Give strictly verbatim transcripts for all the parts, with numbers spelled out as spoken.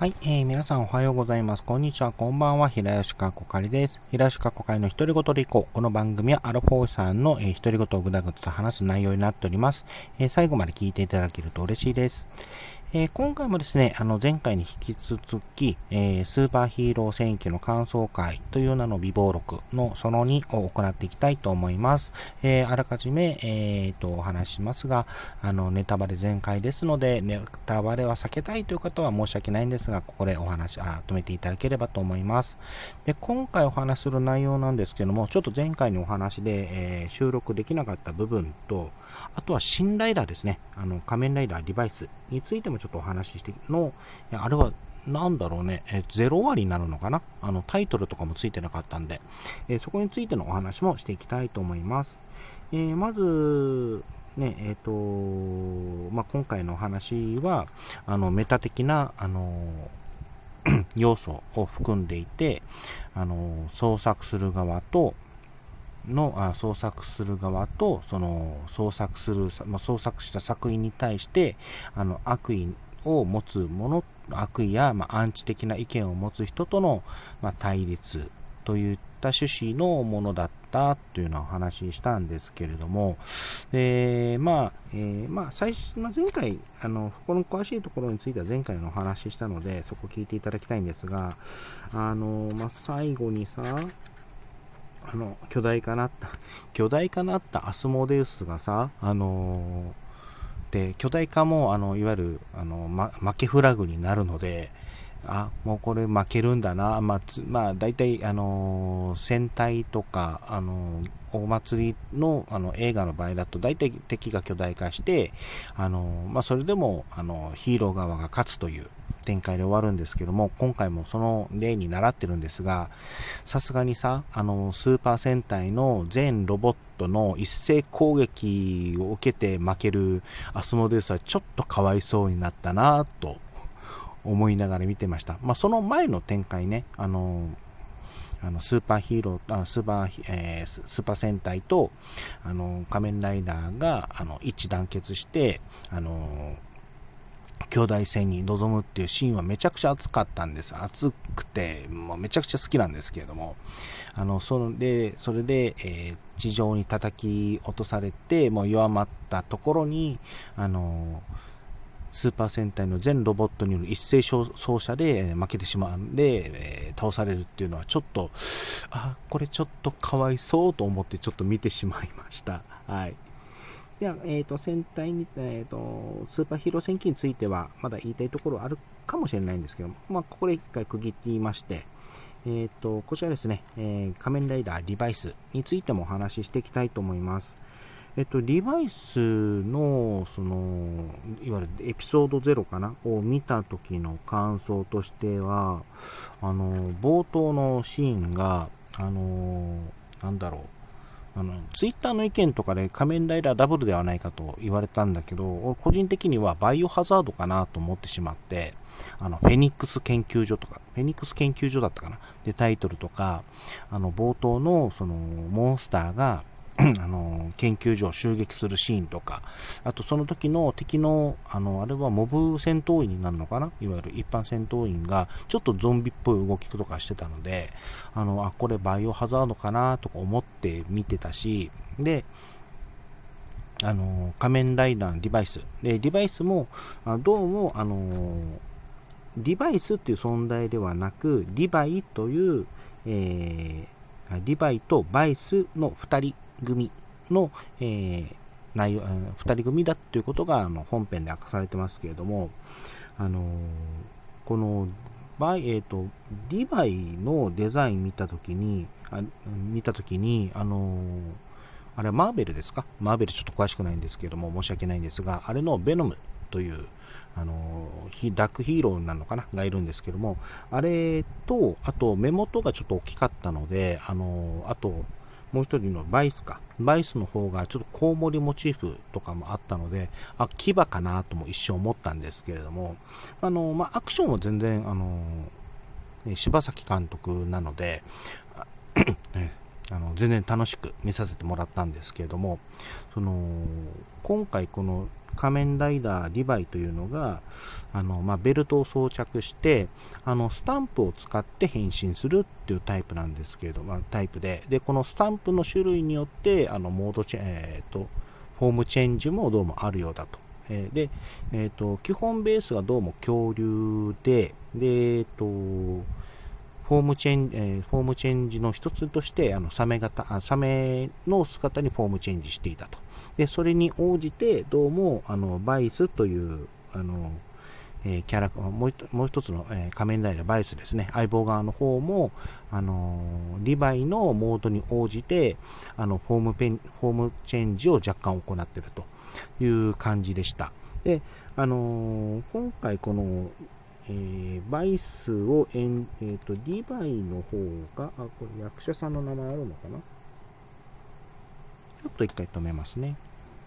はい、えー、皆さんおはようございます。こんにちは、こんばんは。平吉かこかりです。平吉かこかりの独り言でいこう。この番組はアルフォーさんの、えー、独り言をぐだぐだと話す内容になっております。えー、最後まで聞いていただけると嬉しいです。えー今回もですね、あの前回に引き続き、えースーパーヒーロー選挙の感想会という名の備忘録のそのにを行っていきたいと思います。えーあらかじめ、えーと、お話ししますが、あの、ネタバレ全開ですので、ネタバレは避けたいという方は申し訳ないんですが、ここでお話、あ、止めていただければと思います。で、今回お話しする内容なんですけども、ちょっと前回のお話で、えー収録できなかった部分と、あとは新ライダーですね。あの、仮面ライダーデバイスについてもちょっとお話ししての、あれはなんだろうね、えゼロ割になるのかな、あの、タイトルとかもついてなかったんで、えーそこについてのお話もしていきたいと思います。えーまず、ね、えっ、と、まあ、今回のお話は、あの、メタ的な、あの、要素を含んでいて、あの、創作する側と、のあ創作する側とその創作する、まあ、創作した作品に対してあの悪意を持つ者、悪意や、まあ、アンチ的な意見を持つ人との、まあ、対立といった趣旨のものだったというのをお話ししたんですけれども、でまあ、えーまあ、最初、まあ、前回あのこの詳しいところについては前回のお話ししたのでそこ聞いていただきたいんですが、あの、まあ、最後にさあの、巨大化なった、巨大化なったアスモデウスがさ、あのーで、巨大化も、あの、いわゆる、あの、ま、負けフラグになるので、あ、もうこれ負けるんだな。まあ、つまあ、大体、あのー戦隊とか、あのーお祭りの、あの、映画の場合だと、大体敵が巨大化して、あのーまあ、それでも、あの、ヒーロー側が勝つという展開で終わるんですけども、今回もその例に習ってるんですが、さすがにさ、あの、スーパー戦隊の全ロボットの一斉攻撃を受けて負けるアスモデウスはちょっとかわいそうになったなと思いながら見てました。まあ、その前の展開ね、あの、あのスーパーヒーロー、あスーパー、えースーパー戦隊と、あの、仮面ライダーが、あの、一致団結して、あの、兄弟戦に臨むっていうシーンはめちゃくちゃ熱かったんです。熱くて、もうめちゃくちゃ好きなんですけれども、あの、それで、それで、えー地上に叩き落とされて、もう弱まったところに、あの、スーパー戦隊の全ロボットによる一斉操作で負けてしまうんで、えー倒されるっていうのはちょっと、あ、これちょっとかわいそうと思ってちょっと見てしまいました。はい。では、えっ、と、戦隊に、えっ、と、スーパーヒーロー戦記については、まだ言いたいところあるかもしれないんですけども、まあ、ここで一回区切って言いまして、えっ、と、こちらですね、えー仮面ライダーデバイスについてもお話ししていきたいと思います。えっと、デバイスの、その、いわゆるエピソードゼロかなを見た時の感想としては、あの、冒頭のシーンが、あの、なんだろう、あの、ツイッターの意見とかで仮面ライダーダブルではないかと言われたんだけど、個人的にはバイオハザードかなと思ってしまって、あの、フェニックス研究所とか、フェニックス研究所だったかなで、タイトルとか、あの、冒頭の、その、モンスターが、あの、研究所を襲撃するシーンとか、あとその時の敵の、あの、あれはモブ戦闘員になるのかないわゆる一般戦闘員が、ちょっとゾンビっぽい動きとかしてたので、あの、あ、これバイオハザードかなとか思って見てたし、で、あの、仮面ライダーのデバイス。で、デバイスも、あどうも、あの、デバイスっていう存在ではなく、ディバイという、えー、ディバイとバイスのふたり組の、えー内容、ふたり組だっていうことがあの本編で明かされてますけれども、あのーこのバイ、えーと、ディバイのデザイン見たときに、あ見たときに、あのーあれはマーベルですかマーベルちょっと詳しくないんですけれども、申し訳ないんですが、あれのベノムという、あのダークヒーローなのかながいるんですけども、あれと、あと目元がちょっと大きかったので、あのあと、もう一人のバイスか。バイスの方がちょっとコウモリモチーフとかもあったので、あ、牙かなとも一瞬思ったんですけれども、あの、まあ、アクションは全然、あの、柴崎監督なので、 あの全然楽しく見させてもらったんですけれども、その今回この仮面ライダーリヴァイというのがあの、まあ、ベルトを装着してあのスタンプを使って変身するっていうタイプなんですけれども、まあ、タイプででこのスタンプの種類によってあのモードチェ、えーと、フォームチェンジもどうもあるようだと。えー、で、えーと、基本ベースがどうも恐竜で、で、えーとフォームチェン、えー、フォームチェンジの一つとしてあのサメ型あサメの姿にフォームチェンジしていたと。でそれに応じてどうもあのバイスというあの、えー、キャラもうもう一つの、えー、仮面ライダーバイスですね、相棒側の方もあのリヴァイのモードに応じてあのフォームペンフォームチェンジを若干行っているという感じでした。であのー、今回このえー、バイスを演、えーと、リヴァイの方が、あ、これ役者さんの名前あるのかな？ちょっと一回止めますね。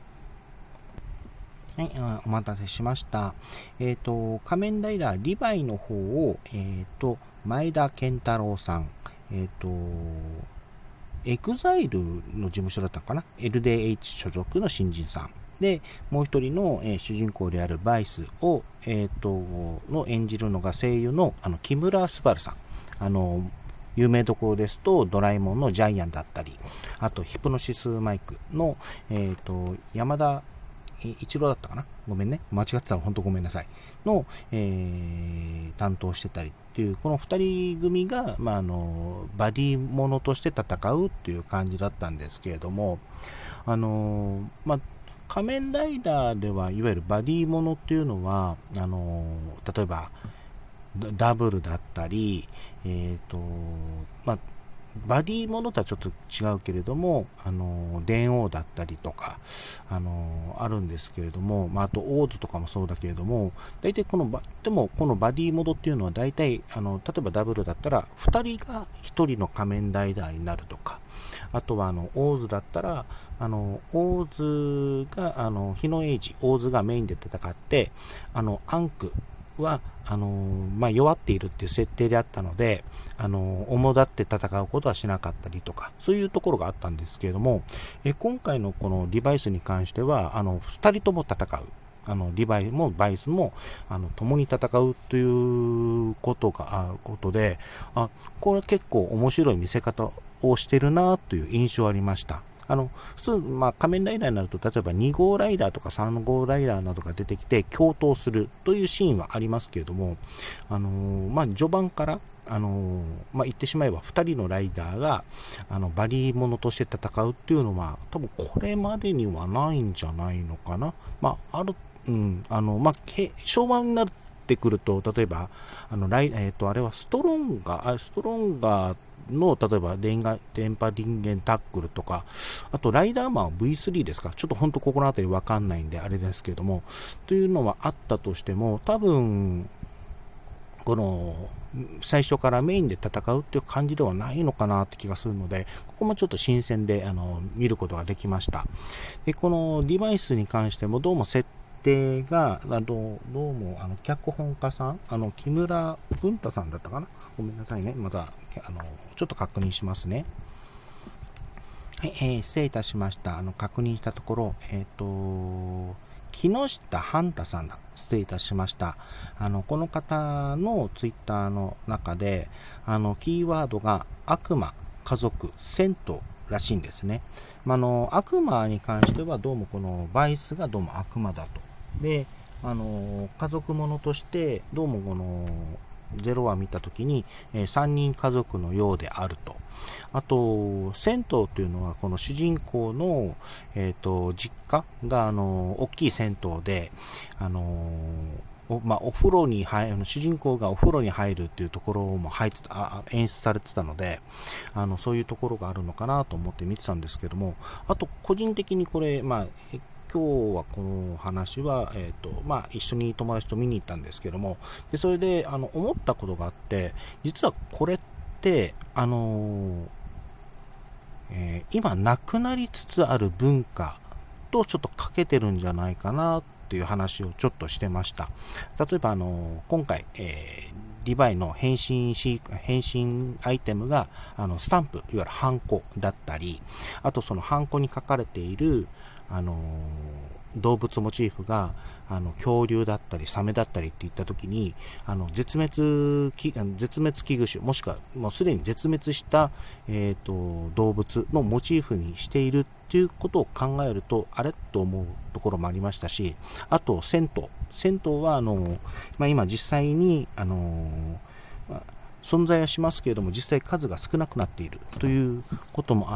はい、お待たせしました。えっ、ー、と、仮面ライダーリヴァイの方を、えっ、ー、と、前田健太郎さん、えっ、ー、と、エグザイルの事務所だったのかな？ エルディーエイチ 所属の新人さん。で、もう一人の、えー、主人公であるバイスを、えー、との演じるのが声優のあの木村昴さん。あの有名どころですとドラえもんのジャイアンだったり、あとヒプノシスマイクの、えー、と山田一郎だったかな、ごめんね、間違ってたら本当ごめんなさいの、えー、担当してたりっていう、このふたり組が、まあ、あのバディものとして戦うっていう感じだったんですけれども、あのまあ仮面ライダーではいわゆるバディものっていうのはあの例えばダブルだったり、えーとまあ、バディものとはちょっと違うけれども、あの電王だったりとか、あのあるんですけれども、まあ、あとオーズとかもそうだけれども、大体このバでもこのバディモードっていうのは大体あの例えばダブルだったらふたりがひとりの仮面ライダーになるとか、あとはあのオーズだったらあのオーズがあの日野英二オーズがメインで戦って、あのアンクはあのーまあ、弱っているっていう設定であったので、あのー、主だって戦うことはしなかったりとか、そういうところがあったんですけれども、え今回のこのリバイスに関してはあのふたりとも戦う、あのリバイもバイスもあの共に戦うということがあことで、あこれ結構面白い見せ方をしてるなという印象ありました。あの普通、まあ、仮面ライダーになると、例えばに号ライダーとかさん号ライダーなどが出てきて共闘するというシーンはありますけれども、あのーまあ、序盤から、あのーまあ、言ってしまえばふたりのライダーがあのバリーものとして戦うっていうのは多分これまでにはないんじゃないのかな。まあ、ある、うん、あの、まあ、昭和になってくると、例えばあのライ、えーと、あれはストロンガー、ストロンガーの例えば電が電波人間タックルとか、あとライダーマン ブイスリー ですか、ちょっと本当ここの辺りわかんないんであれですけども、というのはあったとしても、多分この最初からメインで戦うっていう感じではないのかなって気がするので、ここもちょっと新鮮であの見ることができました。でこのデバイスに関してもどうも設定があのどうもあの脚本家さん、あの木村文太さんだったかな、ごめんなさいね、またあのちょっと確認しますね。はい、えー、失礼いたしました。あの確認したところ、えっ、ー、と木下半太さんだ。失礼いたしました。あのこの方のツイッターの中で、あのキーワードが悪魔、家族、銭湯らしいんですね。まあ、の悪魔に関してはどうもこのバイスがどうも悪魔だと。で、あの家族ものとしてどうもこのゼロ話見たときに、えー、さんにん家族のようであると。あと銭湯というのはこの主人公の、えー、と実家があの大きい銭湯で、あのおまあ、お風呂に入る主人公がお風呂に入るっていうところも入ってた演出されてたので、あのそういうところがあるのかなと思って見てたんですけども、あと個人的にこれ、まあ今日はこの話は、えーとまあ、一緒に友達と見に行ったんですけども、でそれであの思ったことがあって、実はこれって、あのーえー、今なくなりつつある文化とちょっと欠けてるんじゃないかなっていう話をちょっとしてました。例えば、あのー、今回、えーリヴァイの変身シー変身アイテムが、あの、スタンプ、いわゆるハンコだったり、あとそのハンコに書かれている、あのー動物モチーフがあの恐竜だったりサメだったりっていった時に、あの絶滅き絶滅危惧種もしくはもうすでに絶滅した、えー、と動物のモチーフにしているっていうことを考えると、あれと思うところもありましたし、あと銭湯銭湯はあの、まあ、今実際にあのまあ存在はしますけれども、実際数が少なくなっているということもあって、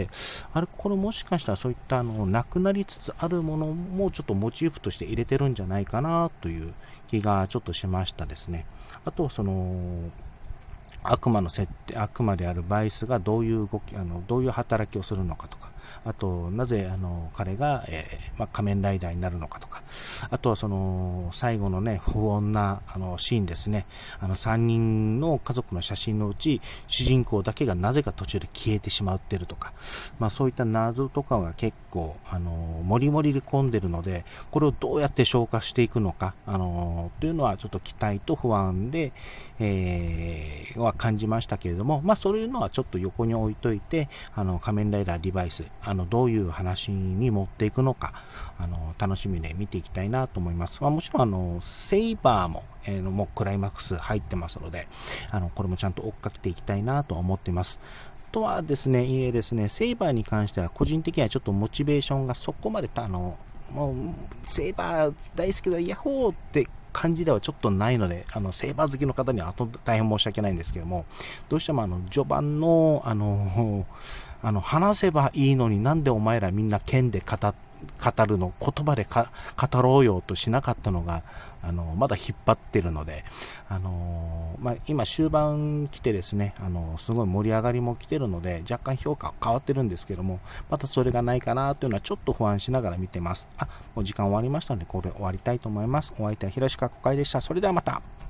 あれ、これもしかしたらそういったあのなくなりつつあるものもちょっとモチーフとして入れてるんじゃないかなという気がちょっとしましたですね。あと、その悪魔の設定、悪魔であるバイスがどういう動き、あのどういう働きをするのかとか、あとなぜあの彼が、えーまあ、仮面ライダーになるのかとか、あとはその最後のね不穏なあのシーンですね。あのさんにんの家族の写真のうち主人公だけがなぜか途中で消えてしまっているとか、まあ、そういった謎とかが結構あのもりもりで込んでるので、これをどうやって消化していくのかあのというのはちょっと期待と不安で、えー、は感じましたけれども、まあそういうのはちょっと横に置いといて、あの仮面ライダーリバイス、あのどういう話に持っていくのか、あの楽しみで見ていきたいなと思います。まあ、もちろんあのセイバーも、えー、もうクライマックス入ってますので、あのこれもちゃんと追っかけていきたいなと思っています。あとはですね、いえですね、セイバーに関しては個人的にはちょっとモチベーションがそこまであのもうセイバー大好きだヤッホーって感じではちょっとないので、あのセイバー好きの方には大変申し訳ないんですけども、どうしてもあの序盤のあのあの話せばいいのになんでお前らみんな剣で語語るの言葉でか語ろうよとしなかったのがあのまだ引っ張ってるので、あのまあ、今終盤来てですね、あのすごい盛り上がりも来てるので若干評価変わってるんですけども、またそれがないかなというのはちょっと不安しながら見てます。あ、もう時間終わりましたのでこれ終わりたいと思います。お相手は平鹿小海でした。それではまた。